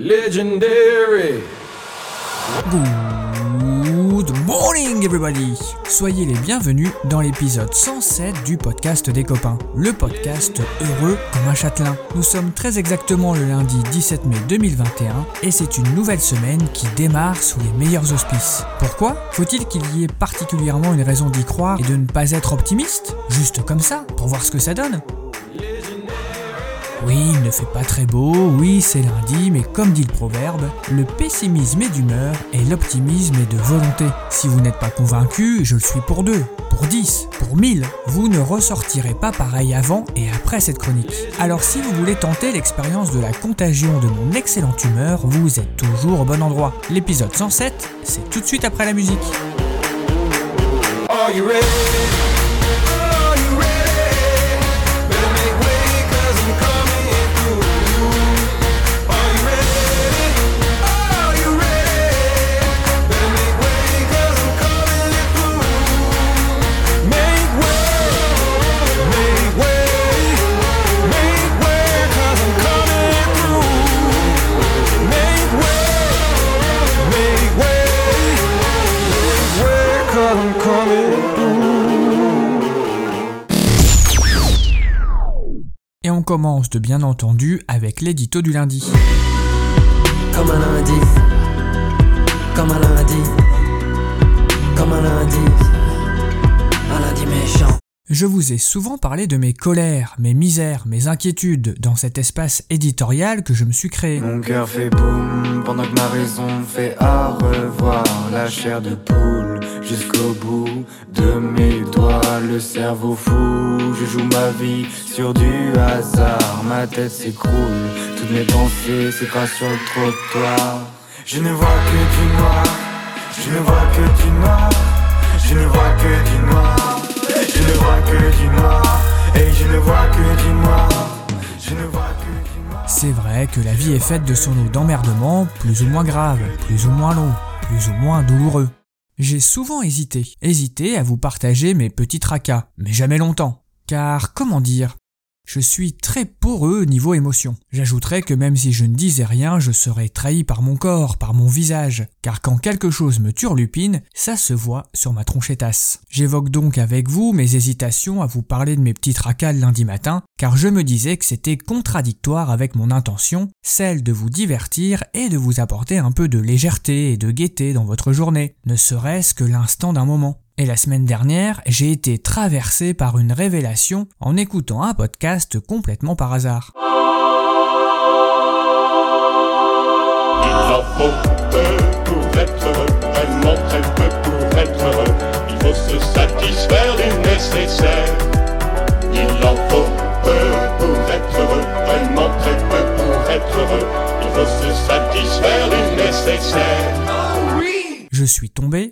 Legendary. Good morning everybody! Soyez les bienvenus dans l'épisode 107 du podcast des copains, le podcast heureux comme un châtelain. Nous sommes très exactement le lundi 17 mai 2021 et c'est une nouvelle semaine qui démarre sous les meilleurs auspices. Pourquoi? Faut-il qu'il y ait particulièrement une raison d'y croire et de ne pas être optimiste? Juste comme ça, pour voir ce que ça donne? Oui, il ne fait pas très beau, oui c'est lundi, mais comme dit le proverbe, le pessimisme est d'humeur et l'optimisme est de volonté. Si vous n'êtes pas convaincu, je le suis pour 2, pour 10, pour 1000. Vous ne ressortirez pas pareil avant et après cette chronique. Alors si vous voulez tenter l'expérience de la contagion de mon excellente humeur, vous êtes toujours au bon endroit. L'épisode 107, c'est tout de suite après la musique. Are you ready? Et on commence de bien entendu avec l'édito du lundi. Comme un lundi, comme un lundi, comme un lundi méchant. Je vous ai souvent parlé de mes colères, mes misères, mes inquiétudes dans cet espace éditorial que je me suis créé. Mon cœur fait boum pendant que ma raison fait à revoir la chair de poule jusqu'au bout de mes doigts. Le cerveau fou, je joue ma vie sur du hasard. Ma tête s'écroule, toutes mes pensées s'écrasent sur le trottoir. Je ne vois que du noir, je ne vois que du noir, je ne vois que du noir. Je ne vois que du noir, et je ne vois que du noir, je ne vois que du noir. C'est vrai que la vie est faite de son lot d'emmerdements, plus ou moins graves, plus ou moins longs, plus ou moins douloureux. J'ai souvent hésité à vous partager mes petits tracas, mais jamais longtemps. Car, comment dire, je suis très poreux niveau émotion. J'ajouterais que même si je ne disais rien, je serais trahi par mon corps, par mon visage. Car quand quelque chose me turlupine, ça se voit sur ma tronchetasse. J'évoque donc avec vous mes hésitations à vous parler de mes petits tracas le lundi matin, car je me disais que c'était contradictoire avec mon intention, celle de vous divertir et de vous apporter un peu de légèreté et de gaieté dans votre journée, ne serait-ce que l'instant d'un moment. Et la semaine dernière, j'ai été traversé par une révélation en écoutant un podcast complètement par hasard. Il en faut peu pour être heureux, vraiment très peu pour être heureux. Il faut se satisfaire du nécessaire. Il en faut peu pour être heureux, vraiment très peu pour être heureux. Il faut se satisfaire du nécessaire. Oh oui! Je suis tombé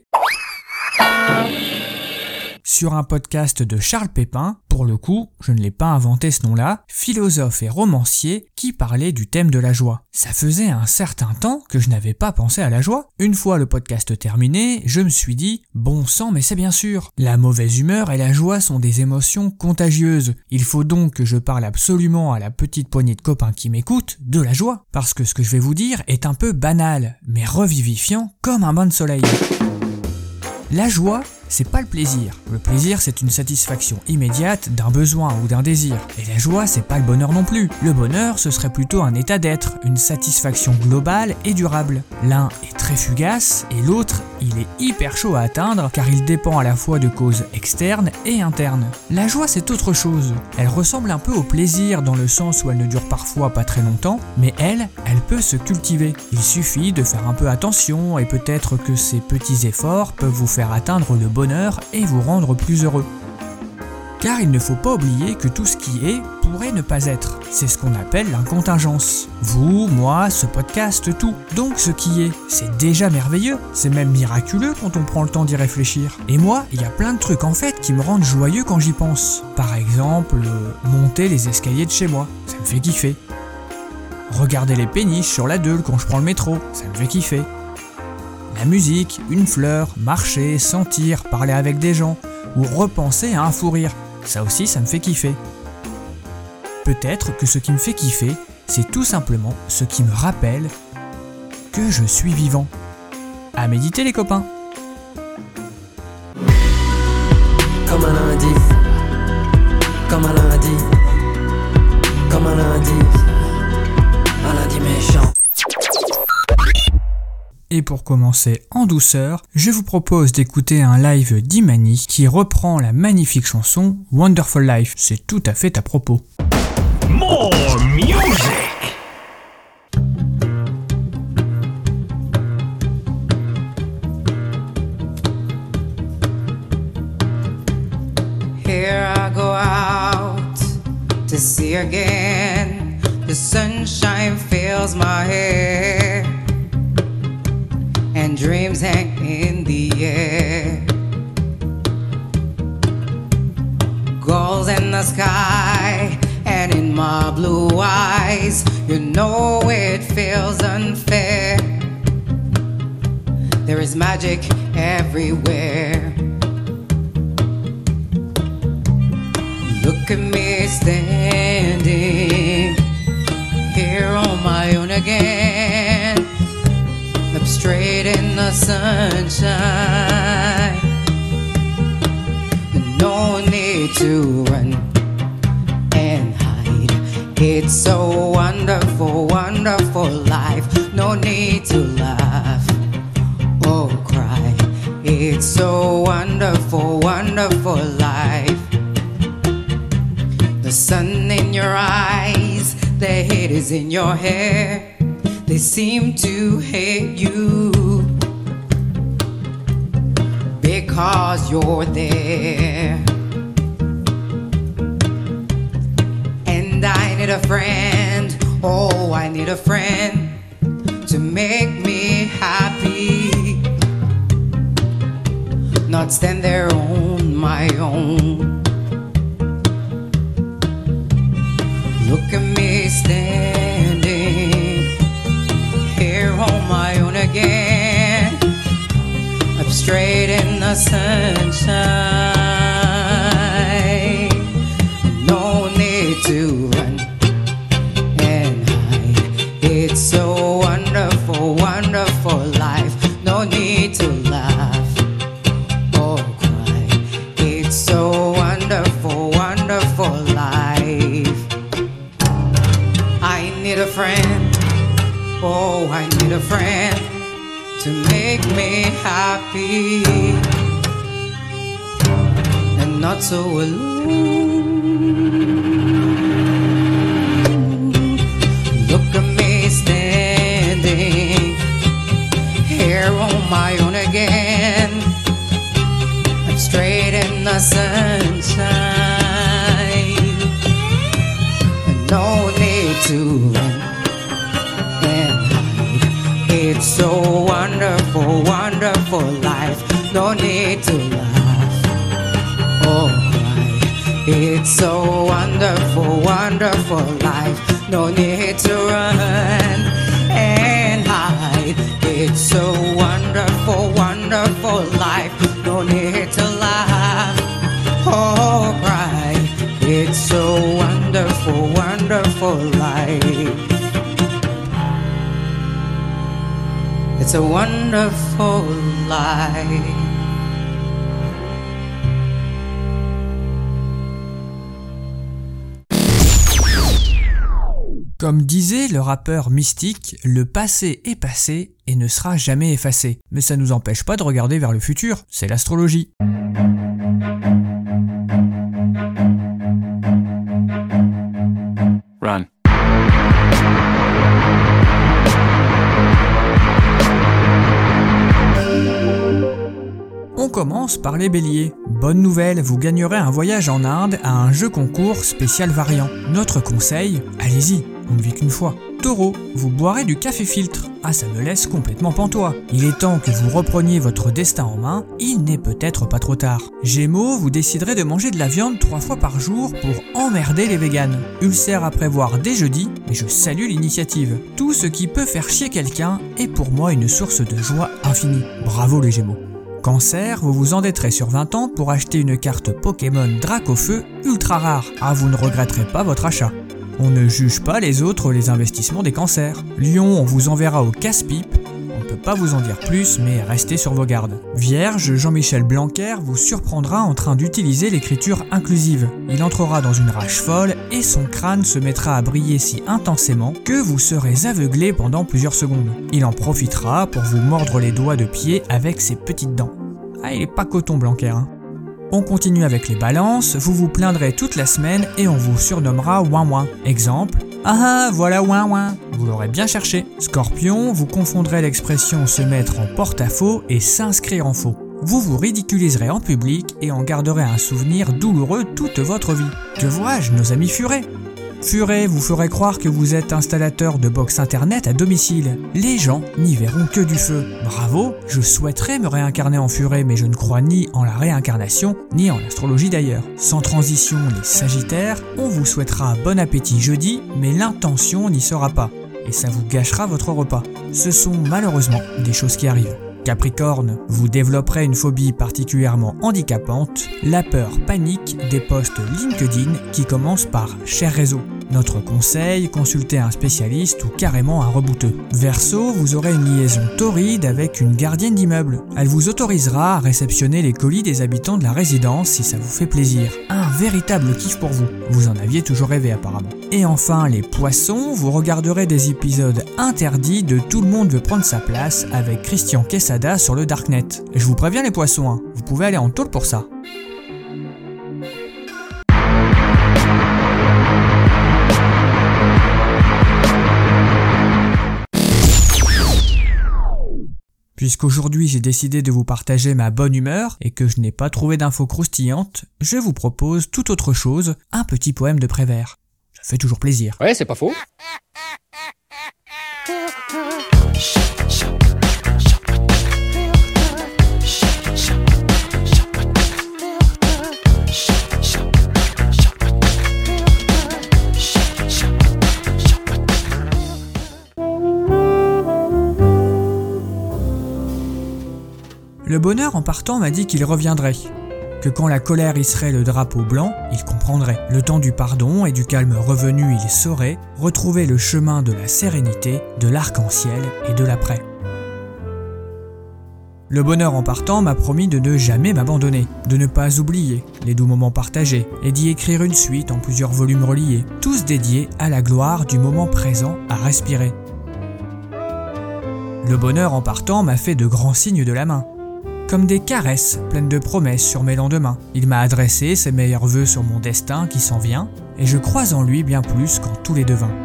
sur un podcast de Charles Pépin, pour le coup, je ne l'ai pas inventé ce nom-là, philosophe et romancier qui parlait du thème de la joie. Ça faisait un certain temps que je n'avais pas pensé à la joie. Une fois le podcast terminé, je me suis dit, bon sang mais c'est bien sûr, la mauvaise humeur et la joie sont des émotions contagieuses. Il faut donc que je parle absolument à la petite poignée de copains qui m'écoutent de la joie, parce que ce que je vais vous dire est un peu banal, mais revivifiant comme un bain de soleil. La joie, c'est pas le plaisir. Le plaisir, c'est une satisfaction immédiate d'un besoin ou d'un désir. Et la joie, c'est pas le bonheur non plus. Le bonheur, ce serait plutôt un état d'être, une satisfaction globale et durable. L'un est très fugace et l'autre, il est hyper chaud à atteindre car il dépend à la fois de causes externes et internes. La joie, c'est autre chose. Elle ressemble un peu au plaisir dans le sens où elle ne dure parfois pas très longtemps, mais elle peut se cultiver. Il suffit de faire un peu attention et peut-être que ces petits efforts peuvent vous faire atteindre le bonheur et vous rendre plus heureux. Car il ne faut pas oublier que tout ce qui est pourrait ne pas être. C'est ce qu'on appelle l'incontingence. Vous, moi, ce podcast, tout. Donc ce qui est, c'est déjà merveilleux. C'est même miraculeux quand on prend le temps d'y réfléchir. Et moi, il y a plein de trucs en fait qui me rendent joyeux quand j'y pense. Par exemple, monter les escaliers de chez moi. Ça me fait kiffer. Regarder les péniches sur la Deule quand je prends le métro. Ça me fait kiffer. La musique, une fleur, marcher, sentir, parler avec des gens, ou repenser à un fou rire. Ça aussi, ça me fait kiffer. Peut-être que ce qui me fait kiffer, c'est tout simplement ce qui me rappelle que je suis vivant. À méditer les copains. Comme un lundi, comme un lundi, comme un lundi méchant. Et pour commencer en douceur, je vous propose d'écouter un live d'Imani qui reprend la magnifique chanson Wonderful Life. C'est tout à fait à propos. More music! Here I go out to see again. The sunshine fills my hair, and dreams hang in the air. Gulls in the sky and in my blue eyes, you know it feels unfair. There is magic everywhere. Look at me standing here on my own again, up straight in the sunshine. No need to run and hide. It's so wonderful, wonderful life. No need to laugh or cry. It's so wonderful, wonderful life. The sun in your eyes, the hate is in your hair. They seem to hate you because you're there. And I need a friend, oh I need a friend to make me happy, not stand there on my own. Look at me standing here on my own again, up straight in the sunshine. No need to run and hide. It's so wonderful, wonderful life. No need to laugh or cry. It's so wonderful, wonderful life. I need a friend, oh I need a friend to make me happy and not so alone. Look at me standing here on my own again, I'm straight in the sunshine. No need to run and hide. It's so wonderful, wonderful life. No need to laugh or cry. It's so wonderful, wonderful life. No need to run and hide. It's so wonderful, wonderful life. No need to laugh or cry. It's so wonderful, wonderful life. It's a wonderful life. Comme disait le rappeur Mystique, le passé est passé et ne sera jamais effacé. Mais ça nous empêche pas de regarder vers le futur, c'est l'astrologie. Run. On commence par les béliers. Bonne nouvelle, vous gagnerez un voyage en Inde à un jeu concours spécial variant. Notre conseil, allez-y, on ne vit qu'une fois. Taureau, vous boirez du café filtre. Ah, ça me laisse complètement pantois. Il est temps que vous repreniez votre destin en main, il n'est peut-être pas trop tard. Gémeaux, vous déciderez de manger de la viande 3 fois par jour pour emmerder les véganes. Ulcère à prévoir dès jeudi, mais je salue l'initiative. Tout ce qui peut faire chier quelqu'un est pour moi une source de joie infinie. Bravo les Gémeaux. Cancer, vous vous endetterez sur 20 ans pour acheter une carte Pokémon Dracofeu ultra rare. Ah, vous ne regretterez pas votre achat. On ne juge pas les autres les investissements des cancers. Lion, on vous enverra au casse-pipe peux pas vous en dire plus, mais restez sur vos gardes. Vierge, Jean-Michel Blanquer vous surprendra en train d'utiliser l'écriture inclusive. Il entrera dans une rage folle et son crâne se mettra à briller si intensément que vous serez aveuglé pendant plusieurs secondes. Il en profitera pour vous mordre les doigts de pied avec ses petites dents. Ah, il est pas coton Blanquer, hein. On continue avec les balances, vous vous plaindrez toute la semaine et on vous surnommera ouin ouin. Exemple, ah voilà ouin ouin, vous l'aurez bien cherché. Scorpion, vous confondrez l'expression se mettre en porte-à-faux et s'inscrire en faux. Vous vous ridiculiserez en public et en garderez un souvenir douloureux toute votre vie. Que vois-je, nos amis furets ? Furet vous ferez croire que vous êtes installateur de box internet à domicile. Les gens n'y verront que du feu. Bravo, je souhaiterais me réincarner en furet, mais je ne crois ni en la réincarnation, ni en l'astrologie d'ailleurs. Sans transition, les sagittaires, on vous souhaitera bon appétit jeudi, mais l'intention n'y sera pas. Et ça vous gâchera votre repas. Ce sont malheureusement des choses qui arrivent. Capricorne, vous développerez une phobie particulièrement handicapante, la peur panique des posts LinkedIn qui commencent par « cher réseau ». Notre conseil, consultez un spécialiste ou carrément un rebouteux. Verseau, vous aurez une liaison torride avec une gardienne d'immeuble. Elle vous autorisera à réceptionner les colis des habitants de la résidence si ça vous fait plaisir. Un véritable kiff pour vous. Vous en aviez toujours rêvé apparemment. Et enfin, les poissons, vous regarderez des épisodes interdits de Tout le monde veut prendre sa place avec Christian Quesada sur le Darknet. Je vous préviens les poissons, hein, vous pouvez aller en taule pour ça. Puisqu'aujourd'hui j'ai décidé de vous partager ma bonne humeur et que je n'ai pas trouvé d'infos croustillantes, je vous propose tout autre chose, un petit poème de Prévert. Ça fait toujours plaisir. Ouais, c'est pas faux. Le bonheur en partant m'a dit qu'il reviendrait, que quand la colère hisserait le drapeau blanc, il comprendrait. Le temps du pardon et du calme revenu, il saurait retrouver le chemin de la sérénité, de l'arc-en-ciel et de l'après. Le bonheur en partant m'a promis de ne jamais m'abandonner, de ne pas oublier les doux moments partagés et d'y écrire une suite en plusieurs volumes reliés, tous dédiés à la gloire du moment présent à respirer. Le bonheur en partant m'a fait de grands signes de la main, comme des caresses pleines de promesses sur mes lendemains. Il m'a adressé ses meilleurs vœux sur mon destin qui s'en vient, et je crois en lui bien plus qu'en tous les devins.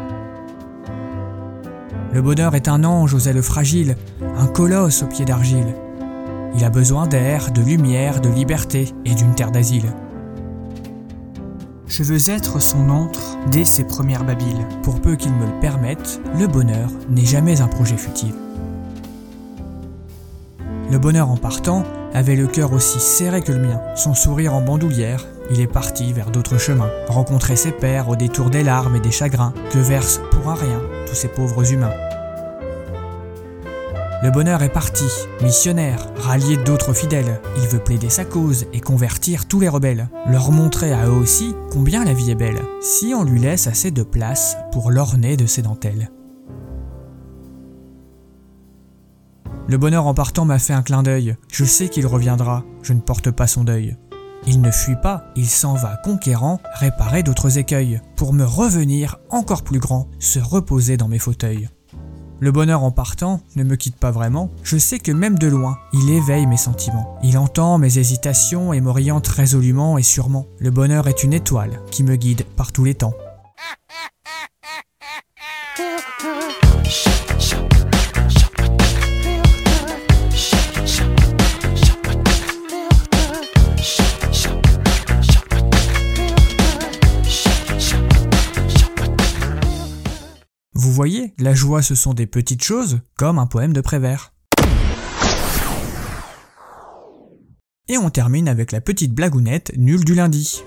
Le bonheur est un ange aux ailes fragiles, un colosse aux pieds d'argile. Il a besoin d'air, de lumière, de liberté et d'une terre d'asile. Je veux être son antre dès ses premières babiles. Pour peu qu'il me le permette, le bonheur n'est jamais un projet futile. Le bonheur en partant avait le cœur aussi serré que le mien. Son sourire en bandoulière, il est parti vers d'autres chemins, rencontrer ses pairs au détour des larmes et des chagrins que versent pour un rien tous ces pauvres humains. Le bonheur est parti, missionnaire, rallié d'autres fidèles. Il veut plaider sa cause et convertir tous les rebelles, leur montrer à eux aussi combien la vie est belle, si on lui laisse assez de place pour l'orner de ses dentelles. Le bonheur en partant m'a fait un clin d'œil. Je sais qu'il reviendra, je ne porte pas son deuil. Il ne fuit pas, il s'en va conquérant, réparer d'autres écueils, pour me revenir encore plus grand, se reposer dans mes fauteuils. Le bonheur en partant ne me quitte pas vraiment, je sais que même de loin, il éveille mes sentiments. Il entend mes hésitations et m'oriente résolument et sûrement. Le bonheur est une étoile qui me guide par tous les temps. Vous voyez, la joie ce sont des petites choses, comme un poème de Prévert. Et on termine avec la petite blagounette nulle du lundi.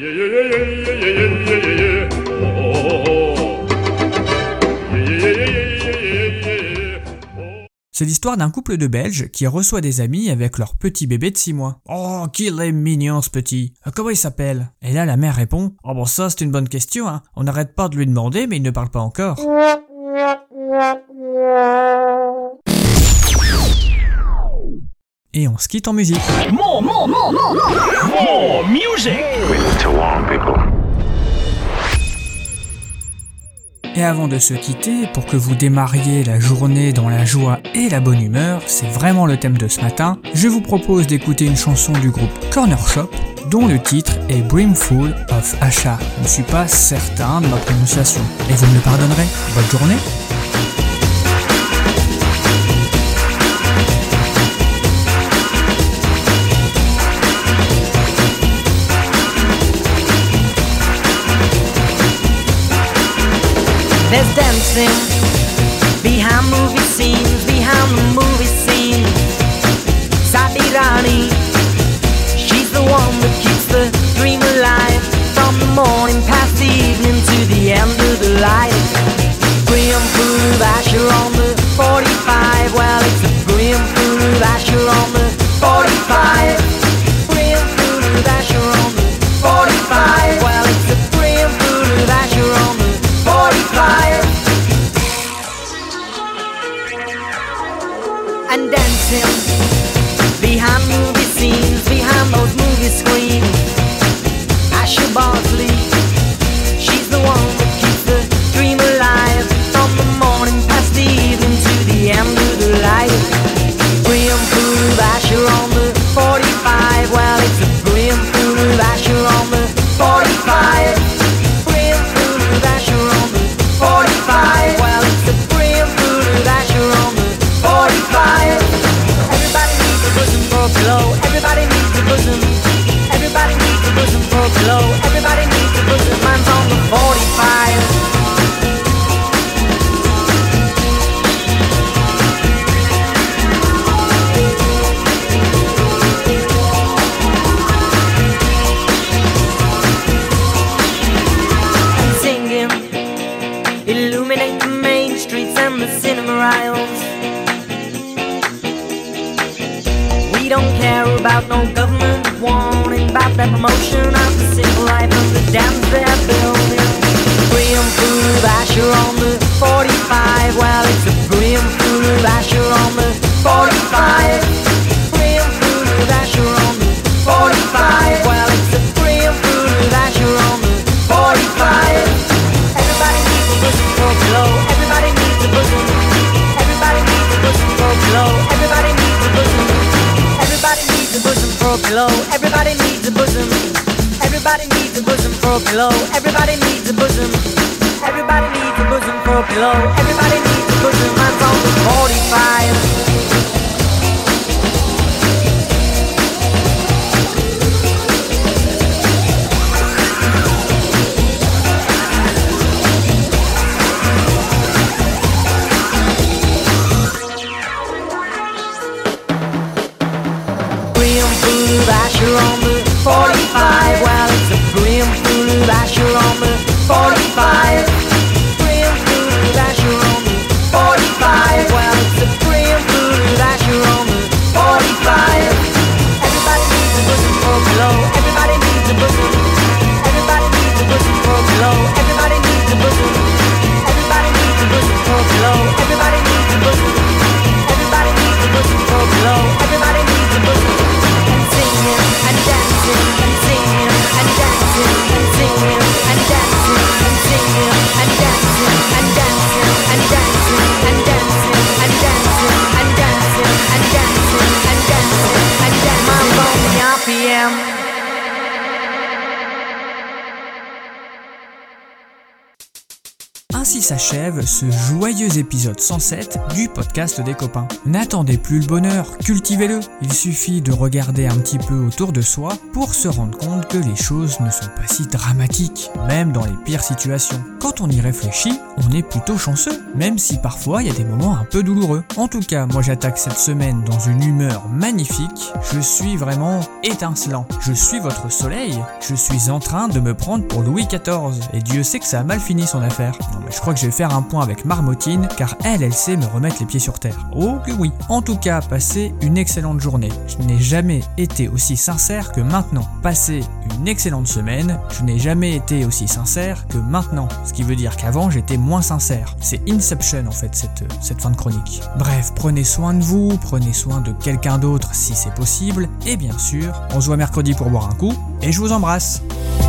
C'est l'histoire d'un couple de Belges qui reçoit des amis avec leur petit bébé de 6 mois. « Oh, qu'il est mignon ce petit. Comment il s'appelle ?» Et là la mère répond « Oh bon ça c'est une bonne question, hein. On n'arrête pas de lui demander mais il ne parle pas encore. » et on se quitte en musique. More music. Et avant de se quitter, pour que vous démarriez la journée dans la joie et la bonne humeur, c'est vraiment le thème de ce matin, je vous propose d'écouter une chanson du groupe Corner Shop, dont le titre est Brimful of Asha. Je ne suis pas certain de ma prononciation. Et vous me le pardonnerez. Bonne journée. There's dancing behind movie scenes, behind the movie scene. Sadi Rani, she's the one that keeps the dream alive. From the morning past the evening to the end of the light. Brimful of Asher on the 45. Well, it's a brimful of Asher on the 45. Brimful of Asher on the 45. Well, it's a brimful of Asher on the 45. And dancing behind movie scenes, behind those movie screens. Asha Bosley, she's the one that keeps the dream alive. From the morning past the evening to the end of the light. Brimful of Asher on the 45. Well, it's a brimful of Asher on the 45. Brimful of Asher on the 45. Well, it's a brimful of Asher on the 45. Everybody needs a bosom for a glow. Everybody needs a bosom. Everybody needs a bosom for a glow. Everybody needs a bosom. Mine's on the 45. Illuminate the main streets and the cinema aisles. We don't care about no government warning about that promotion of the simple life of the dams they're building. Brimful of Asher on the 45. Well, it's a brimful of Asher on the 45. Brimful of Asher on the 45. Well, it's a brimful of Asher on the 45. Everybody needs a bosom for a glow. Everybody needs a bosom. Everybody needs a bosom for a glow. Everybody needs a bosom. Everybody needs a bosom for a glow. Everybody needs a bosom. Everybody needs a bosom for a glow. Everybody needs a bosom. Everybody needs a bosom for a glow. Everybody needs a bosom. Mine's on the 45. Brimful of Asher on the 45. Well, it's a brimful of Asher on the 45. Brimful of Asher on the 45. Well, it's a brimful of Asher on the 45. Everybody needs a bosom for a glow. Everybody needs a bosom. Everybody needs a bosom for a glow. Everybody needs a bosom. Everybody needs a bosom for a glow. Everybody needs a bosom. Everybody needs a bosom for a glow. Everybody needs a bosom. And dancing and singing and dancing and singing and dancing and singing and dancing and dancing and dancing and dancing and dancing and dancing and dancing and dancing and dancing. My lonely RPM. Ainsi s'achève ce joyeux épisode 107 du podcast des copains. N'attendez plus le bonheur, cultivez-le. Il suffit de regarder un petit peu autour de soi pour se rendre compte que les choses ne sont pas si dramatiques, même dans les pires situations. Quand on y réfléchit, on est plutôt chanceux, même si parfois il y a des moments un peu douloureux. En tout cas, moi j'attaque cette semaine dans une humeur magnifique, je suis vraiment étincelant. Je suis votre soleil, je suis en train de me prendre pour Louis XIV, et Dieu sait que ça a mal fini son affaire. Non mais je crois que je vais faire un point avec Marmotine, car elle sait me remettre les pieds sur terre. Oh que oui. En tout cas, passez une excellente journée. Je n'ai jamais été aussi sincère que maintenant. Passez une excellente semaine. Je n'ai jamais été aussi sincère que maintenant. Ce qui veut dire qu'avant j'étais moins sincère. C'est Inception en fait cette fin de chronique. Bref, prenez soin de vous, prenez soin de quelqu'un d'autre si c'est possible, et bien sûr, on se voit mercredi pour boire un coup, et je vous embrasse.